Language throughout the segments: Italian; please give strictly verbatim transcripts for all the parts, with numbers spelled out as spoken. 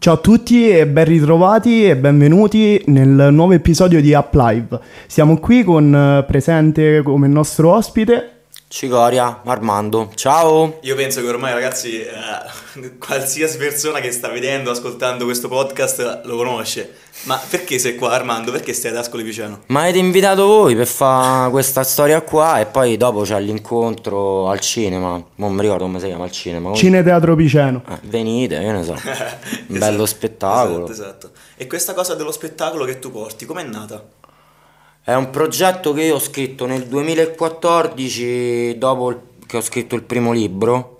Ciao a tutti e ben ritrovati e benvenuti nel nuovo episodio di Up Live. Siamo qui con eh, presente come nostro ospite Cicoria, Armando, ciao! Io penso che ormai ragazzi, eh, qualsiasi persona che sta vedendo, ascoltando questo podcast lo conosce. Ma perché sei qua Armando? Perché stai ad Ascoli Piceno? Ma avete invitato voi per fare questa storia qua e poi dopo c'è l'incontro al cinema. Non mi ricordo come si chiama il cinema. Cineteatro Piceno. Eh, venite, io ne so. Un Esatto, bello spettacolo. Esatto, esatto. E questa cosa dello spettacolo che tu porti, com'è nata? È un progetto che io ho scritto nel duemilaquattordici, dopo il- che ho scritto il primo libro,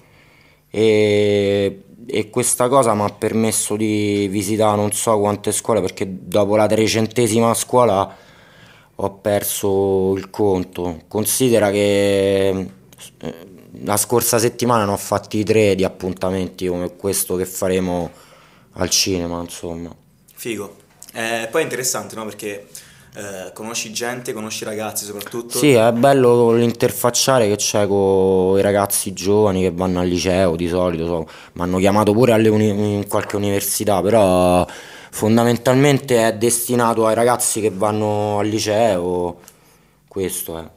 e, e questa cosa mi ha permesso di visitare non so quante scuole, perché dopo la trecentesima scuola ho perso il conto. Considera che eh, la scorsa settimana ne ho fatti tre di appuntamenti come questo che faremo al cinema, insomma. Figo. Eh, poi è interessante, no? Perché eh, conosci gente, conosci ragazzi soprattutto. Sì, è bello l'interfacciare che c'è con i ragazzi giovani che vanno al liceo di solito, so, mi hanno chiamato pure alle uni- in qualche università, però fondamentalmente è destinato ai ragazzi che vanno al liceo, questo è.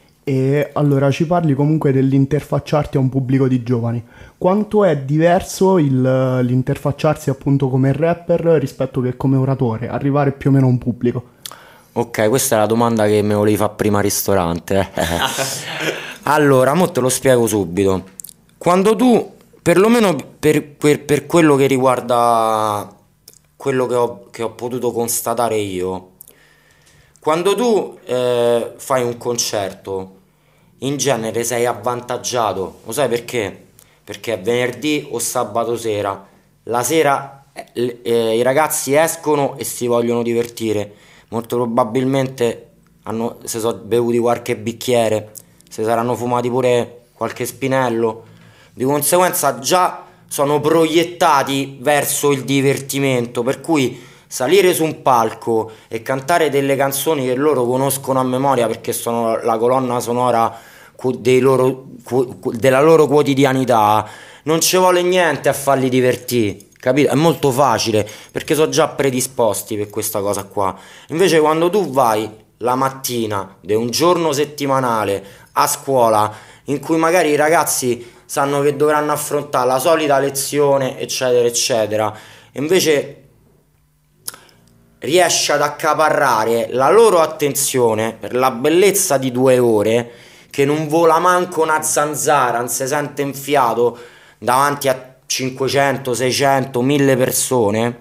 E allora ci parli comunque dell'interfacciarti a un pubblico di giovani. Quanto è diverso il- l'interfacciarsi appunto come rapper rispetto che come oratore, arrivare più o meno a un pubblico? Ok, questa è la domanda che mi volevi fare prima al ristorante. eh. Allora, mo te lo spiego subito. Quando tu, perlomeno per, per- per quello che riguarda quello che ho, che ho potuto constatare io, quando tu eh, fai un concerto, in genere sei avvantaggiato. Lo sai perché? Perché è venerdì o sabato sera. La sera eh, l- eh, i ragazzi escono e si vogliono divertire. Molto probabilmente hanno, si sono bevuti qualche bicchiere, si saranno fumati pure qualche spinello. Di conseguenza già sono proiettati verso il divertimento, per cui salire su un palco e cantare delle canzoni che loro conoscono a memoria perché sono la colonna sonora qu- dei loro, qu- qu- della loro quotidianità, non ci vuole niente a farli divertire, capito? È molto facile perché sono già predisposti per questa cosa qua. Invece quando tu vai la mattina di un giorno settimanale a scuola in cui magari i ragazzi sanno che dovranno affrontare la solita lezione, eccetera, eccetera, e invece riesce ad accaparrare la loro attenzione per la bellezza di due ore che non vola manco una zanzara, non si sente infiato davanti a cinquecento, seicento, mille persone.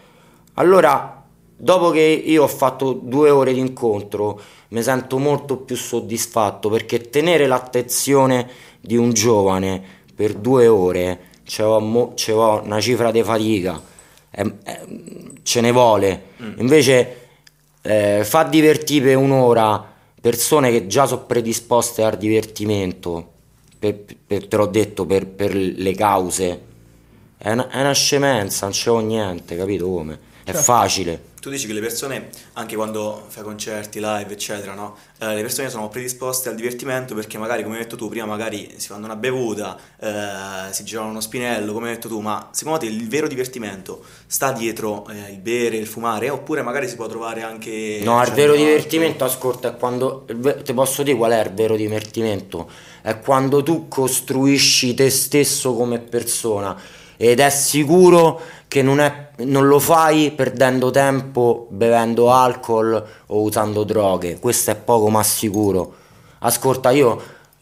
Allora, dopo che io ho fatto due ore di incontro, mi sento molto più soddisfatto perché tenere l'attenzione di un giovane per due ore ci vuole mo- ci vuole una cifra di fatica, è- è- ce ne vuole. Invece eh, fa divertire per un'ora persone che già sono predisposte al divertimento, per, per- te l'ho detto, per, per le cause. È una, è una scemenza, non c'è niente, capito come? È Certo. facile. Tu dici che le persone, anche quando fai concerti, live, eccetera, no? Eh, le persone sono predisposte al divertimento perché magari, come hai detto tu, prima magari si fanno una bevuta, eh, si girano uno spinello, come hai detto tu, ma secondo te il vero divertimento sta dietro eh, il bere, il fumare, oppure magari si può trovare anche... No, il facendo vero altro? divertimento, ascolta, è quando il ve- ti posso dire qual è il vero divertimento? È quando tu costruisci te stesso come persona ed è sicuro che non, è, non lo fai perdendo tempo bevendo alcol o usando droghe. Questo è poco ma sicuro. Ascolta, io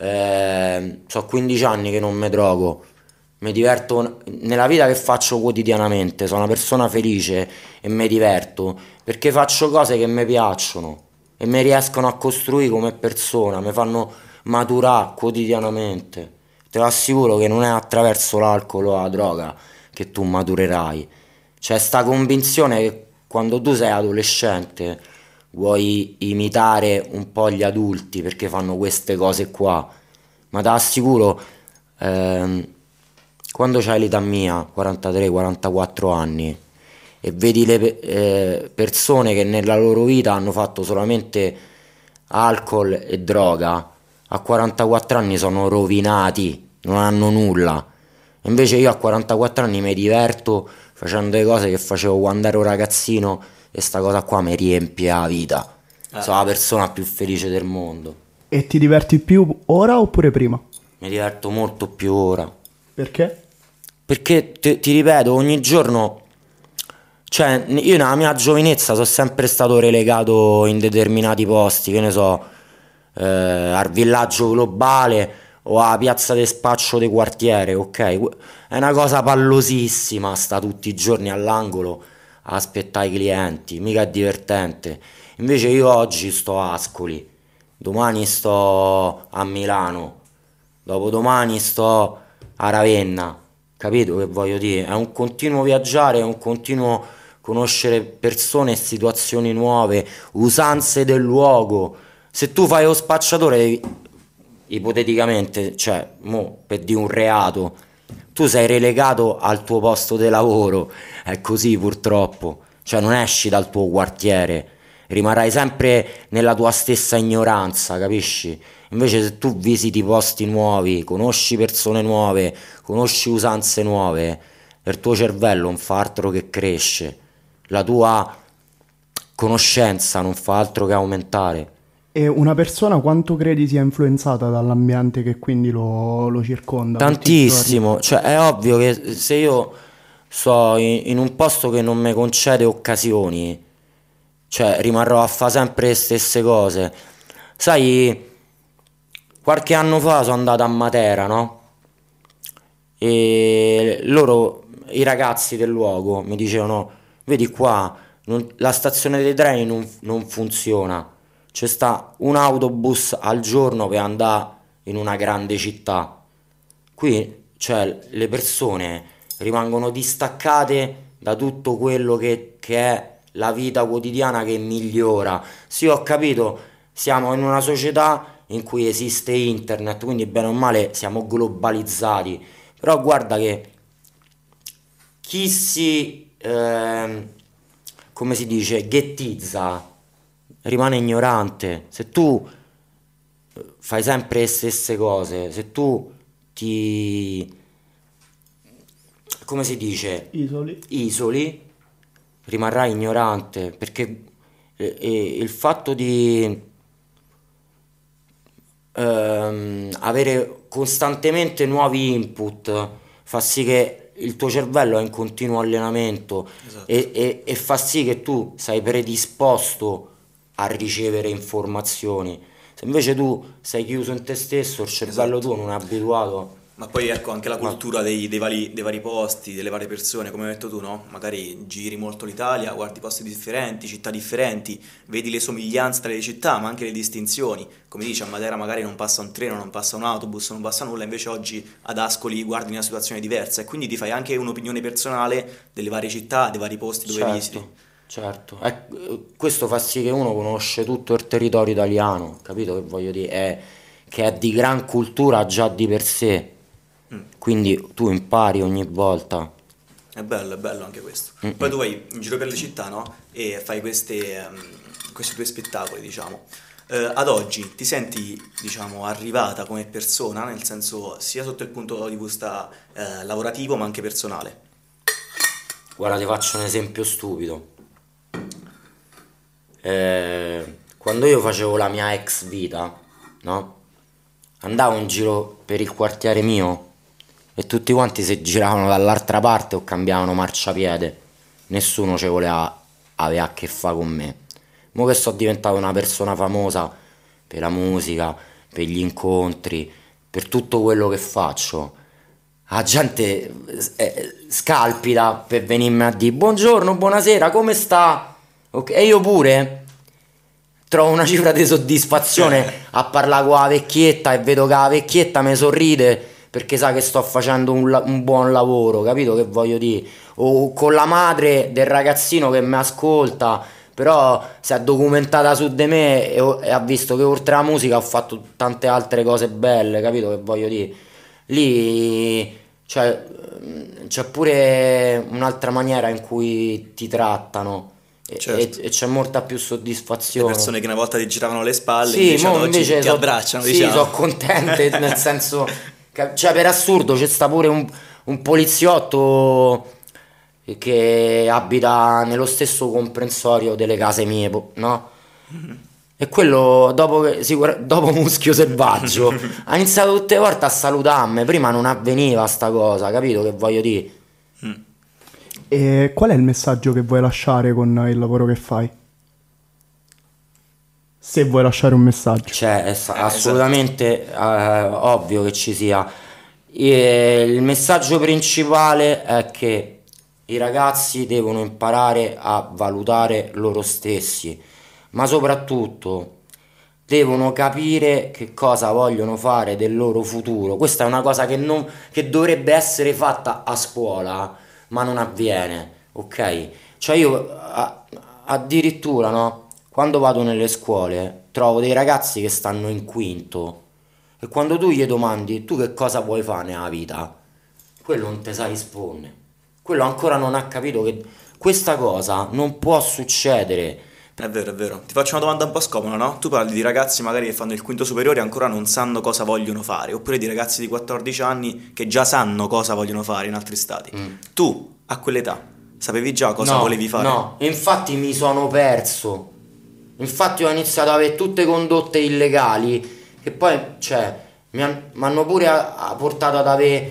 eh, so quindici anni che non mi drogo, mi diverto nella vita che faccio quotidianamente, sono una persona felice e mi diverto perché faccio cose che mi piacciono e mi riescono a costruire come persona, mi fanno maturare quotidianamente. Te lo assicuro che non è attraverso l'alcol o la droga che tu maturerai. C'è sta convinzione che quando tu sei adolescente vuoi imitare un po' gli adulti perché fanno queste cose qua, ma ti assicuro, ehm, quando c'hai l'età mia, quarantatré quarantaquattro anni, e vedi le pe- eh, persone che nella loro vita hanno fatto solamente alcol e droga, a quarantaquattro anni sono rovinati, non hanno nulla. Invece io a quarantaquattro anni mi diverto facendo le cose che facevo quando ero ragazzino, e sta cosa qua mi riempie la vita. Eh. Sono la persona più felice del mondo. E ti diverti più ora oppure prima? Mi diverto molto più ora. Perché? Perché ti, ti ripeto, ogni giorno, cioè io nella mia giovinezza sono sempre stato relegato in determinati posti, che ne so, eh, al villaggio globale o alla piazza del spaccio del quartiere, ok? È una cosa pallosissima, sta tutti i giorni all'angolo a aspettare i clienti, mica è divertente. Invece io oggi sto a Ascoli, domani sto a Milano, dopodomani sto a Ravenna, capito che voglio dire? È un continuo viaggiare, è un continuo conoscere persone e situazioni nuove, usanze del luogo. Se tu fai lo spacciatore, devi- ipoteticamente, cioè, mo, per di un reato, tu sei relegato al tuo posto di lavoro, è così purtroppo, cioè non esci dal tuo quartiere, rimarrai sempre nella tua stessa ignoranza, capisci? Invece se tu visiti posti nuovi, conosci persone nuove, conosci usanze nuove, il tuo cervello non fa altro che cresce, la tua conoscenza non fa altro che aumentare. E una persona quanto credi sia influenzata dall'ambiente che quindi lo, lo circonda? tutti i giorni? Tantissimo, cioè è ovvio che se io sto in, in un posto che non mi concede occasioni, cioè rimarrò a fare sempre le stesse cose. Sai, qualche anno fa sono andato a Matera, no? E loro, i ragazzi del luogo, mi dicevano, vedi qua, non- la stazione dei treni non, non funziona, c'è sta un autobus al giorno per andare in una grande città. Qui, cioè, le persone rimangono distaccate da tutto quello che, che è la vita quotidiana che migliora. Sì, ho capito, siamo in una società in cui esiste internet, quindi bene o male siamo globalizzati. Però guarda che chi si, ehm, come si dice, ghettizza, rimane ignorante. Se tu fai sempre le stesse cose, se tu ti, come si dice, Isoli? isoli, rimarrai ignorante, perché eh, eh, il fatto di ehm, avere costantemente nuovi input fa sì che il tuo cervello è in continuo allenamento Esatto. e, e- e fa sì che tu sei predisposto a ricevere informazioni. Se invece tu sei chiuso in te stesso, il cervello Esatto. tuo non è abituato. Ma poi ecco anche la cultura dei, dei vari, dei vari posti, delle varie persone, come hai detto tu, no? Magari giri molto l'Italia, guardi posti differenti, città differenti, vedi le somiglianze tra le città, ma anche le distinzioni. Come dici, a Matera magari non passa un treno, non passa un autobus, non passa nulla, invece oggi ad Ascoli guardi una situazione diversa e quindi ti fai anche un'opinione personale delle varie città, dei vari posti dove visiti. Certo, certo. Eh, questo fa sì che uno conosce tutto il territorio italiano, capito che voglio dire? È, che è di gran cultura già di per sé, Mm. quindi tu impari ogni volta. È bello, è bello anche questo. Mm-mm. Poi tu vai in giro per le città, no? E fai queste, ehm, questi due spettacoli, diciamo. Eh, ad oggi ti senti, diciamo, arrivata come persona, nel senso sia sotto il punto di vista eh, lavorativo ma anche personale. Guarda, ti faccio un esempio stupido. Eh, quando io facevo la mia ex vita, no? Andavo in giro per il quartiere mio e tutti quanti si giravano dall'altra parte o cambiavano marciapiede. Nessuno ci voleva avere a che fare con me. Mo che sono diventato una persona famosa per la musica, per gli incontri, per tutto quello che faccio, la gente eh, scalpita per venirmi a dire buongiorno, buonasera, come sta? Ok, e io pure trovo una cifra di soddisfazione a parlare con la vecchietta e vedo che la vecchietta mi sorride perché sa che sto facendo un, la- un buon lavoro, capito che voglio dire? O con la madre del ragazzino che mi ascolta, però si è documentata su di me e, ho- e ha visto che oltre alla musica ho fatto tante altre cose belle, capito che voglio dire? Lì, cioè, mm, c'è pure un'altra maniera in cui ti trattano e, Certo. e- e c'è molta più Le soddisfazione. persone che una volta ti giravano le spalle, Sì, invece ad mo oggi invece ti so- abbracciano, sì, diciamo. sono contente, nel senso, che- cioè per assurdo c'è sta pure un, un poliziotto che abita nello stesso comprensorio delle case mie, po- no? E quello dopo, che, sicura- dopo Muschio Selvaggio ha iniziato tutte le volte a salutarmi, prima non avveniva sta cosa, capito che voglio dire? E qual è il messaggio che vuoi lasciare con il lavoro che fai? Se vuoi lasciare un messaggio. Cioè, è sa- assolutamente eh, ovvio che ci sia. E il messaggio principale è che i ragazzi devono imparare a valutare loro stessi, ma soprattutto devono capire che cosa vogliono fare del loro futuro. Questa è una cosa che, non, che dovrebbe essere fatta a scuola, ma non avviene, ok? Cioè io a- addirittura, no? Quando vado nelle scuole trovo dei ragazzi che stanno in quinto e quando tu gli domandi tu che cosa vuoi fare nella vita, quello non te sa rispondere. Quello ancora non ha capito che questa cosa non può succedere. È vero, è vero. Ti faccio una domanda un po' scomoda, no? Tu parli di ragazzi magari che fanno il quinto superiore e ancora non sanno cosa vogliono fare, oppure di ragazzi di quattordici anni che già sanno cosa vogliono fare in altri stati. Mm. Tu, a quell'età, sapevi già cosa No, volevi fare? no, infatti mi sono perso. Infatti ho iniziato ad avere tutte condotte illegali che poi, cioè, mi han- hanno pure a- a- portato ad avere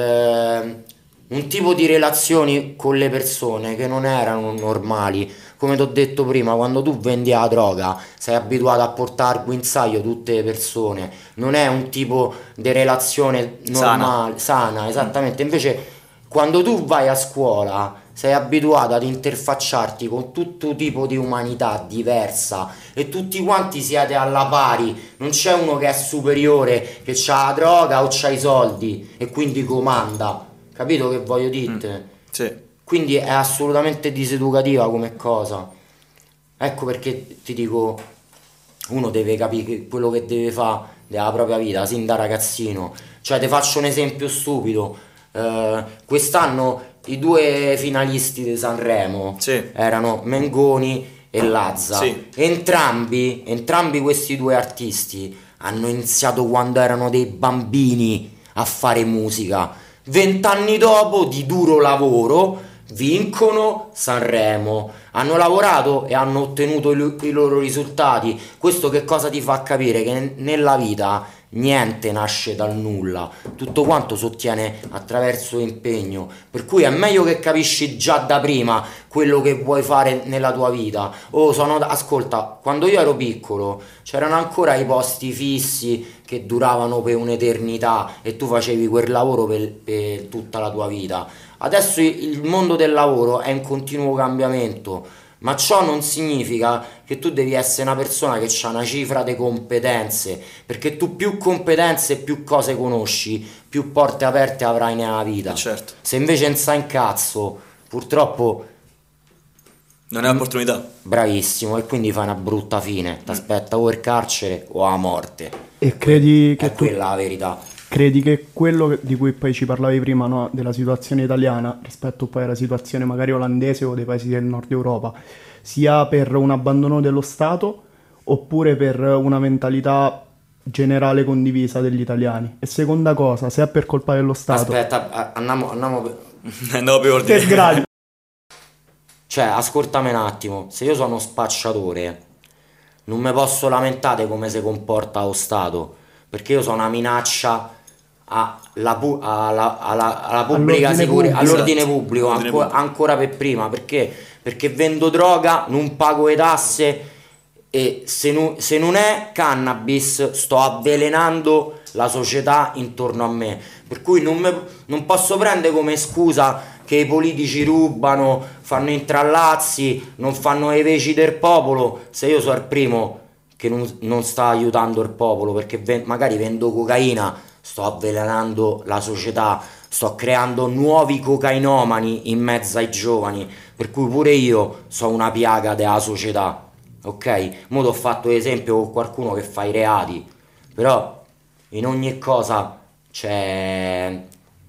eh, un tipo di relazioni con le persone che non erano normali. Come ti ho detto prima, quando tu vendi la droga sei abituato a portare al guinzaglio tutte le persone, non è un tipo di relazione normale, sana, esattamente. Invece quando tu vai a scuola sei abituato ad interfacciarti con tutto tipo di umanità diversa e tutti quanti siete alla pari, non c'è uno che è superiore, che c'ha la droga o c'ha i soldi e quindi comanda, capito che voglio dirti? Sì. Quindi è assolutamente diseducativa come cosa. Ecco perché ti dico, uno deve capire che quello che deve fare della propria vita sin da ragazzino. Cioè ti faccio un esempio stupido. Eh, quest'anno i due finalisti di Sanremo Sì. erano Mengoni e Lazza. Sì. Entrambi, entrambi questi due artisti hanno iniziato quando erano dei bambini a fare musica. Vent'anni dopo di duro lavoro vincono Sanremo, hanno lavorato e hanno ottenuto i, i loro risultati. Questo che cosa ti fa capire? Che nella vita niente nasce dal nulla, tutto quanto si ottiene attraverso impegno, per cui è meglio che capisci già da prima quello che vuoi fare nella tua vita. Oh, sono, ascolta, quando io ero piccolo c'erano ancora i posti fissi che duravano per un'eternità e tu facevi quel lavoro per, per tutta la tua vita. Adesso il mondo del lavoro è in continuo cambiamento, ma ciò non significa che tu devi essere una persona che ha una cifra di competenze, perché tu più competenze e più cose conosci, più porte aperte avrai nella vita. Certo. Se invece non sai un cazzo, purtroppo non è opportunità. bravissimo, e quindi fai una brutta fine, ti aspetta o il carcere o la morte. E credi che È tu quella la verità. credi che quello che- di cui poi ci parlavi prima, no, della situazione italiana rispetto poi alla situazione magari olandese o dei paesi del nord Europa, sia per un abbandono dello Stato oppure per una mentalità generale condivisa degli italiani? E seconda cosa, se è per colpa dello Stato, Aspetta, a- andiamo, andiamo per- Andiamo per che ordine. sgradi. Cioè, ascoltami un attimo, se io sono spacciatore, non mi posso lamentare come si comporta lo Stato, perché io sono una minaccia alla, pu- alla, alla, alla pubblica All'ordine sicurezza, pubblico. all'ordine Esatto, pubblico, all'ordine anco- pubblico. ancora per prima, perché? Perché vendo droga, non pago le tasse e se, nu- se non è cannabis sto avvelenando la società intorno a me, per cui non, me- non posso prendere come scusa che i politici rubano, fanno intrallazzi, non fanno le veci del popolo, se io sono il primo che non, non sta aiutando il popolo, perché ven- magari vendo cocaina, sto avvelenando la società, sto creando nuovi cocainomani in mezzo ai giovani, per cui pure io sono una piaga della società, ok? Mo' t'ho fatto l'esempio con qualcuno che fa i reati, però in ogni cosa c'è...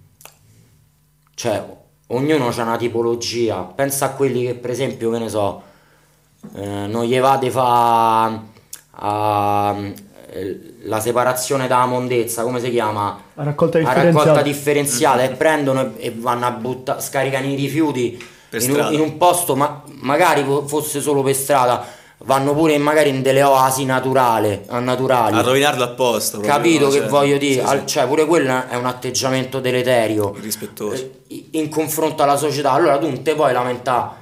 cioè ognuno ha una tipologia. Pensa a quelli che per esempio, che ne so, eh, non gli va di fa a eh, la separazione dalla mondezza, come si chiama? La raccolta La differenziata. raccolta differenziata, e prendono e, e vanno a buttare, scaricano i rifiuti Per in un, strada. in un posto, ma magari fo- fosse solo per strada, vanno pure in- magari in delle oasi naturali, a naturali. A rovinarlo apposta. proprio, Capito no? che Cioè, voglio dire? sì, sì. Al- cioè pure quello è un atteggiamento deleterio Irrispettoso. eh, in confronto alla società. Allora tu non te puoi lamentare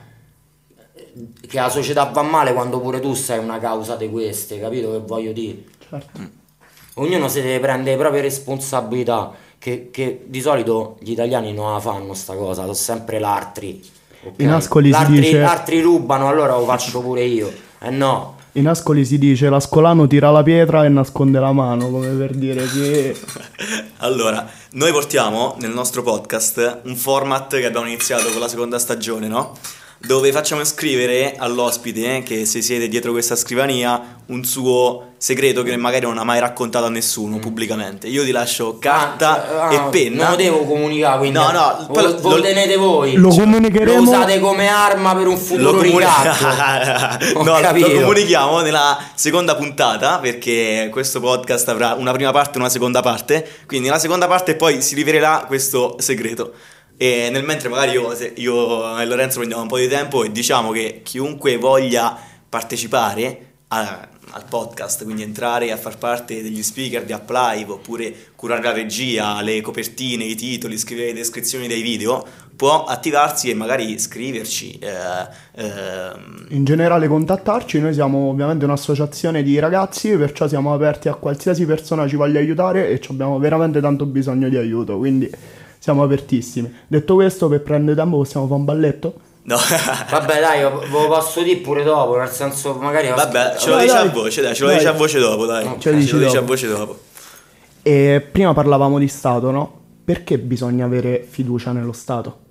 che la società va male quando pure tu sei una causa di queste, capito che voglio dire? Certo. Ognuno si deve prendere le proprie responsabilità, che, che di solito gli italiani non la fanno sta cosa, sono sempre l'altri. ok? In Ascoli si L'altri- dice- l'altri rubano, allora lo faccio pure io. Eh no. In Ascoli si dice l'ascolano tira la pietra e nasconde la mano, come per dire che... Allora, noi portiamo nel nostro podcast un format che abbiamo iniziato con la seconda stagione, no? Dove facciamo scrivere all'ospite, eh, che se siede dietro questa scrivania, un suo segreto che magari non ha mai raccontato a nessuno pubblicamente. Io ti lascio carta Ah, e ah, penna. Non lo devo comunicare, quindi No, no, Vo- poi lo- voi lo- tenete voi. Lo Cioè, comunicheremo- lo usate come arma per un Lo, futuro comuni- ricatto. Ho no, lo capito. comunichiamo nella seconda puntata, perché questo podcast avrà una prima parte e una seconda parte. Quindi nella seconda parte poi si rivelerà questo segreto. E nel mentre magari io, se- io e Lorenzo prendiamo un po' di tempo e diciamo che chiunque voglia partecipare a- al podcast, quindi entrare a far parte degli speaker di Uplive, oppure curare la regia, le copertine, i titoli, scrivere le descrizioni dei video, può attivarsi e magari scriverci. eh, ehm, In generale contattarci, noi siamo ovviamente un'associazione di ragazzi, perciò siamo aperti a qualsiasi persona ci voglia aiutare e ci abbiamo veramente tanto bisogno di aiuto, quindi siamo apertissimi. Detto questo, per prendere tempo possiamo fare un balletto? no. Vabbè dai, ve lo posso dire pure dopo, nel senso magari... Vabbè, ce lo Dai, dici a dai. voce, dai, ce lo Dai. dici a voce dopo, dai. Ok, ce lo dici ce lo dici a dopo. voce dopo. E prima parlavamo di Stato, no? Perché bisogna avere fiducia nello Stato?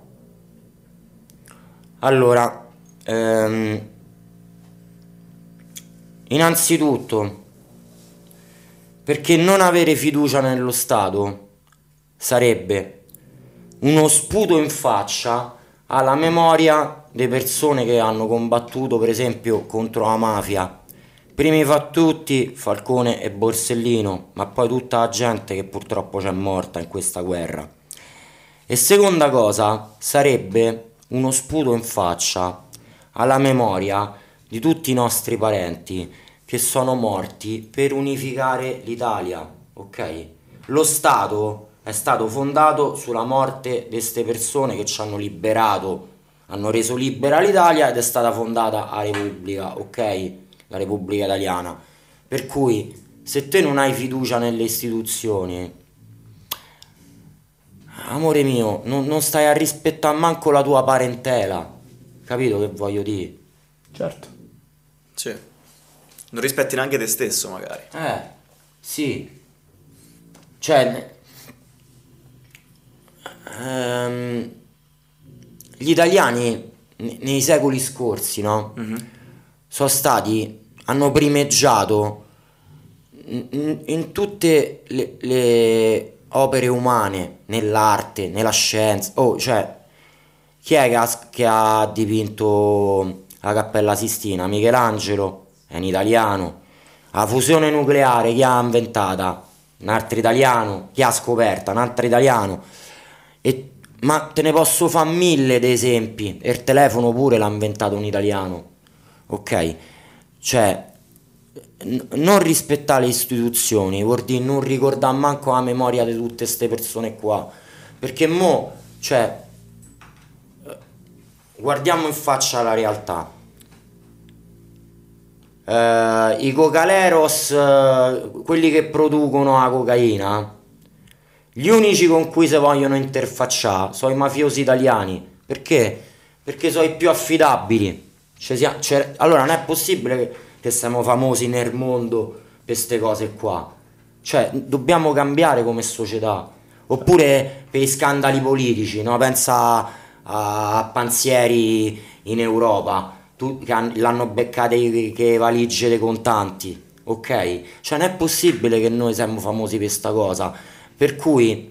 Allora, ehm, innanzitutto, perché non avere fiducia nello Stato sarebbe uno sputo in faccia alla memoria delle persone che hanno combattuto, per esempio, contro la mafia. Primi fra tutti Falcone e Borsellino, ma poi tutta la gente che purtroppo c'è morta in questa guerra. E seconda cosa, sarebbe uno sputo in faccia alla memoria di tutti i nostri parenti che sono morti per unificare l'Italia, ok? Lo Stato è stato fondato sulla morte di queste persone che ci hanno liberato, hanno reso libera l'Italia ed è stata fondata la Repubblica, ok? La Repubblica Italiana. Per cui, se te non hai fiducia nelle istituzioni, amore mio, non, non stai a rispettare manco la tua parentela, capito che voglio dire? Certo. Sì. Non rispetti neanche te stesso, magari. Eh, sì. Cioè, ehm, gli italiani ne- nei secoli scorsi, no? Sono stati, hanno primeggiato in, in- in tutte le, le opere umane, nell'arte, nella scienza. Oh, cioè, chi è che ha, che ha dipinto la Cappella Sistina? Michelangelo, è un italiano. La fusione nucleare chi ha inventata? Un altro italiano. Chi ha scoperta? Un altro italiano. E, ma te ne posso fare mille di esempi. E il telefono pure l'ha inventato un italiano. Ok? Cioè, n- non rispettare le istituzioni vuol dire non ricordare manco la memoria di tutte queste persone qua. Perché mo, cioè, guardiamo in faccia la realtà. Eh, i cocaleros, eh, quelli che producono la cocaina, gli unici con cui si vogliono interfacciare sono i mafiosi italiani. Perché? Perché sono i più affidabili. Ci sia- c'è- allora non è possibile che, che siamo famosi nel mondo per queste cose qua. Cioè, dobbiamo cambiare come società. Oppure per i scandali politici, no? Pensa a, a Panzieri in Europa, tu, che han- l'hanno beccate che valigie dei contanti, ok? Cioè, non è possibile che noi siamo famosi per sta cosa. Per cui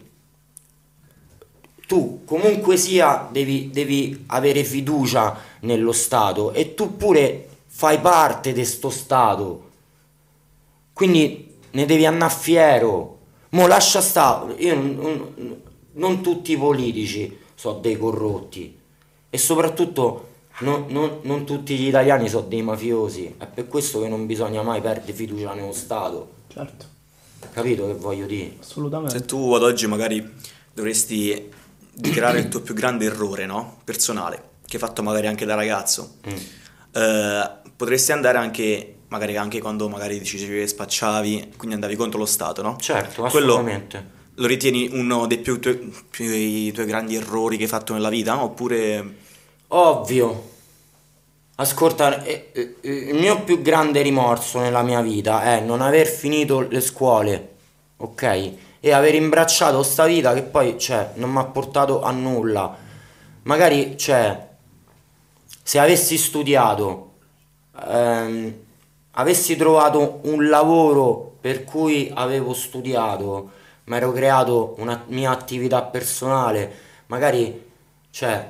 tu comunque sia devi, devi avere fiducia nello Stato e tu pure fai parte di sto Stato. Quindi ne devi andare fiero. Mo lascia stare, io non, non, non tutti i politici sono dei corrotti e soprattutto non, non, non tutti gli italiani sono dei mafiosi. È per questo che non bisogna mai perdere fiducia nello Stato. Certo. Capito che voglio dire? Assolutamente. Se tu ad oggi magari dovresti dichiarare il tuo più grande errore, no? Personale, che hai fatto magari anche da ragazzo, mm. eh, potresti andare anche magari anche quando magari dicevi che spacciavi, quindi andavi contro lo Stato, no? Certo, assolutamente. Quello lo ritieni uno dei più, tue, più i tuoi grandi errori che hai fatto nella vita, oppure... Ovvio. Ascolta, eh, eh, il mio più grande rimorso nella mia vita è non aver finito le scuole, ok? E aver imbracciato sta vita che poi, cioè, non mi ha portato a nulla. Magari, cioè, se avessi studiato, ehm, avessi trovato un lavoro per cui avevo studiato, mi ero creato una mia attività personale, magari, cioè,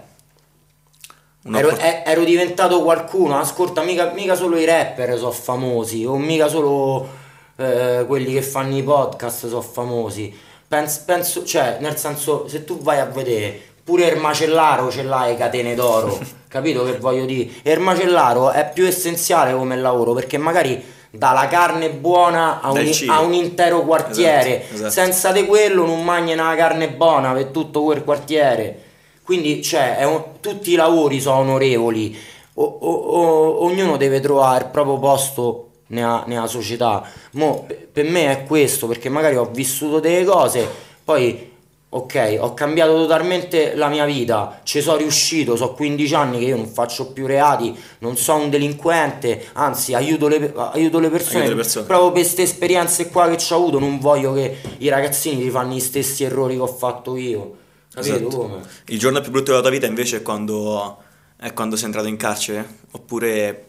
ero, ero diventato qualcuno. Ascolta, mica, mica solo i rapper sono famosi, o mica solo eh, quelli che fanno i podcast sono famosi. Penso, penso, cioè, nel senso, se tu vai a vedere, pure il macellaro ce l'ha le catene d'oro, capito che voglio dire? E il macellaro è più essenziale come lavoro, perché magari dà la carne buona a un, a un intero quartiere. Esatto, esatto. Senza di quello non mangiano la carne buona per tutto quel quartiere. Quindi, cioè, è un, tutti i lavori sono onorevoli, o, o, o, ognuno deve trovare il proprio posto nella, nella società. Mo, per, per me è questo, perché magari ho vissuto delle cose, poi, ok, ho cambiato totalmente la mia vita, ci sono riuscito, so quindici anni che io non faccio più reati, non sono un delinquente, anzi aiuto le, aiuto le persone, aiuto le persone. Proprio per queste esperienze qua che ho avuto, non voglio che i ragazzini rifanno gli stessi errori che ho fatto io. Esatto. Come? Il giorno più brutto della tua vita invece è quando, è quando sei entrato in carcere? Oppure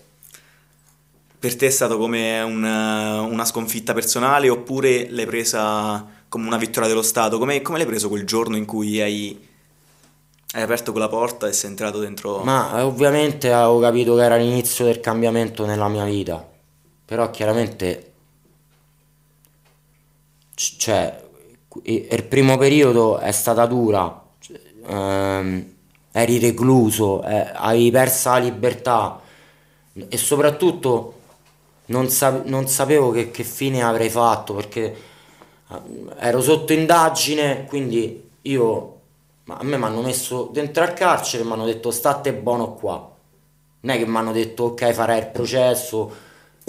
per te è stato come una, una sconfitta personale, oppure l'hai presa come una vittoria dello Stato? Come, come l'hai preso quel giorno in cui hai, hai aperto quella porta e sei entrato dentro? Ma ovviamente avevo capito che era l'inizio del cambiamento nella mia vita, però chiaramente c- cioè il primo periodo è stata dura, ehm, eri recluso, eh, avevi persa la libertà e soprattutto non, sa- non sapevo che, che fine avrei fatto, perché eh, ero sotto indagine, quindi io, ma a me mi hanno messo dentro al carcere e mi hanno detto state buono qua, non è che mi hanno detto ok farai il processo.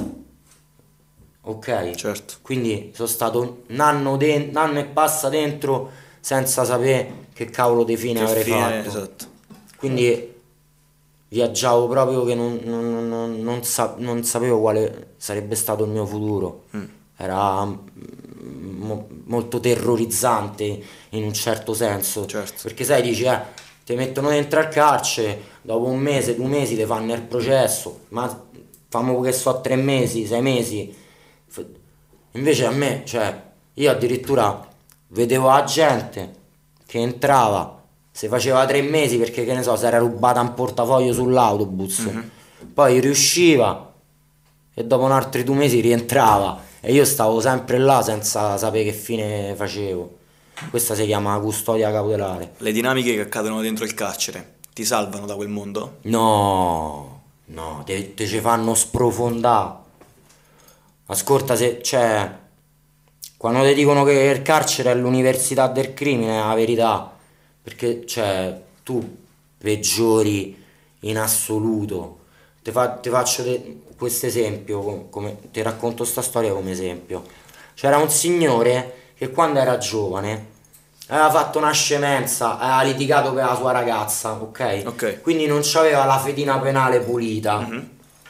Ok, certo. Quindi sono stato un anno, de- un anno e passa dentro senza sapere che cavolo di fine che avrei fine, fatto. Esatto. Quindi viaggiavo proprio che non, non, non, non, sa- non sapevo quale sarebbe stato il mio futuro. Mm. Era mo- molto terrorizzante in un certo senso. Certo. Perché sai, dici, eh, ti mettono dentro al carcere, dopo un mese, due mesi ti fanno il processo, ma famo che so tre mesi, sei mesi. Invece a me, cioè, io addirittura vedevo la gente che entrava, si faceva tre mesi perché, che ne so, si era rubata un portafoglio sull'autobus, mm-hmm. Poi riusciva e dopo un altri due mesi rientrava e io stavo sempre là senza sapere che fine facevo. Questa si chiama custodia cautelare. Le dinamiche che accadono dentro il carcere ti salvano da quel mondo? No, no, te, te ci fanno sprofondare. Ascolta, se cioè, quando ti dicono che il carcere è l'università del crimine, è la verità, perché cioè, tu peggiori in assoluto. Ti fa, te faccio questo esempio, come, ti racconto sta storia come esempio. C'era un signore che quando era giovane aveva fatto una scemenza, aveva litigato per la sua ragazza, ok? Ok. Quindi non c'aveva la fedina penale pulita. Mm-hmm.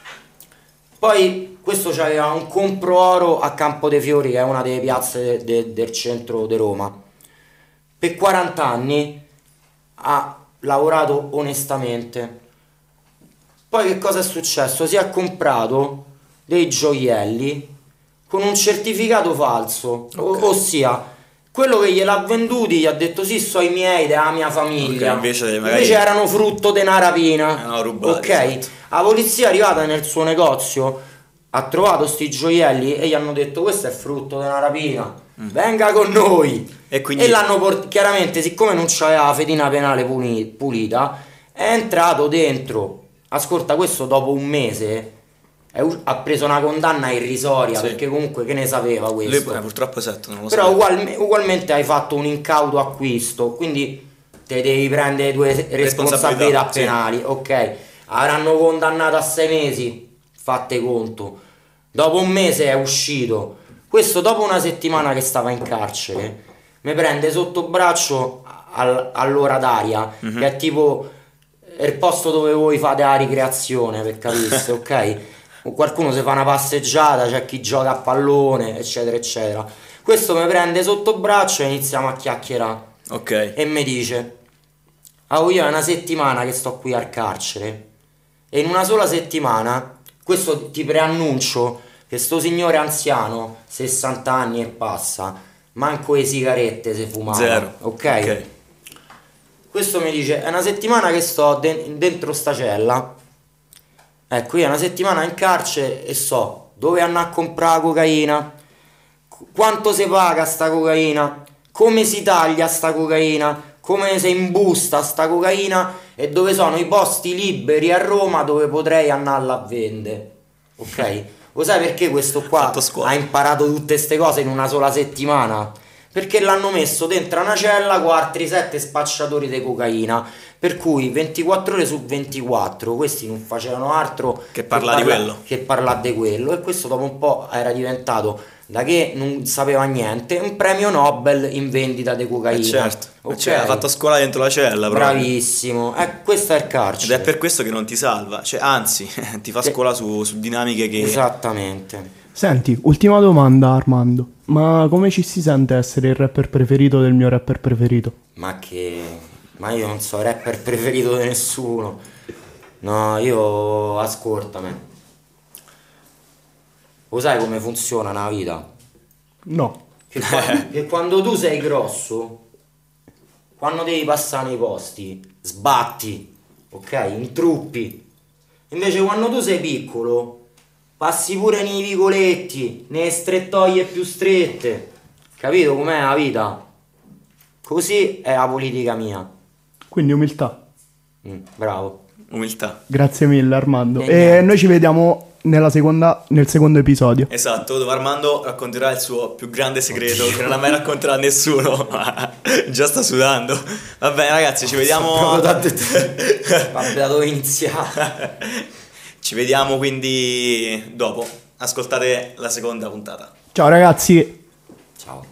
Poi questo c'aveva un compro oro a Campo dei Fiori, che è una delle piazze de, de, del centro di Roma. Per quaranta anni ha lavorato onestamente. Poi che cosa è successo? Si è comprato dei gioielli con un certificato falso, okay. o, ossia quello che gliel'ha venduti gli ha detto sì, so i miei, della mia famiglia, okay, invece, magari... invece erano frutto di una rapina. Eh no, rubati, ok, esatto. La polizia è arrivata nel suo negozio, ha trovato sti gioielli e gli hanno detto questo è frutto di una rapina, mm. venga con noi. E, quindi... e l'hanno portato, chiaramente siccome non c'aveva la fedina penale pulita, è entrato dentro. Ascolta, questo dopo un mese è, ha preso una condanna irrisoria, sì. perché comunque che ne sapeva questo? Lui, eh, purtroppo esatto, non lo Però ugual, ugualmente hai fatto un incauto acquisto, quindi te devi prendere due responsabilità, responsabilità penali, sì. ok, avranno condannato a sei mesi, fate conto, dopo un mese è uscito, questo dopo una settimana che stava in carcere mi prende sotto braccio al, all'ora d'aria, mm-hmm. che è tipo il posto dove voi fate la ricreazione, per capirsi, ok? Qualcuno si fa una passeggiata, c'è chi gioca a pallone, eccetera eccetera. Questo mi prende sotto braccio e iniziamo a chiacchierare, ok, e mi dice: ah, io è una settimana che sto qui al carcere e in una sola settimana, questo ti preannuncio che sto signore anziano, sessanta anni e passa, manco le sigarette si fumava, zero, okay? ok? Questo mi dice: è una settimana che sto de- dentro sta cella, ecco, io è una settimana in carcere e so dove andare a comprare cocaina, quanto si paga sta cocaina, come si taglia sta cocaina, come si imbusta sta cocaina e dove sono i posti liberi a Roma dove potrei andarla a vendere, ok? Lo sai perché questo qua ha imparato tutte ste cose in una sola settimana? Perché l'hanno messo dentro una cella con altri sette spacciatori di cocaina, per cui ventiquattro ore su ventiquattro questi non facevano altro che parlare di quello, che parlare di quello, e questo dopo un po' era diventato, da che non sapeva niente, un premio Nobel in vendita di cocaina. Eh certo, okay. cioè, ha fatto scuola dentro la cella proprio. Bravissimo, eh, questo è il carcere. Ed è per questo che non ti salva, cioè anzi ti fa scuola su, su dinamiche che... Esattamente. Senti, ultima domanda Armando, ma come ci si sente essere il rapper preferito del mio rapper preferito? Ma che... ma io non so rapper preferito di nessuno, no, io ascoltami. Lo sai come funziona una vita? No. Che quando, che quando tu sei grosso, quando devi passare nei posti, sbatti, ok? Intruppi. Invece quando tu sei piccolo, passi pure nei vicoletti, nelle strettoie più strette. Capito com'è la vita? Così è la politica mia. Quindi umiltà. Mm, bravo. Umiltà. Grazie mille Armando. E, e noi ci vediamo nella seconda, nel secondo episodio. Esatto, dove Armando racconterà il suo più grande segreto che non ha mai raccontato a nessuno. Già sta sudando. Va bene ragazzi, ci vediamo. Vabbè, da dove iniziare? Ci vediamo quindi dopo. Ascoltate la seconda puntata. Ciao ragazzi. Ciao.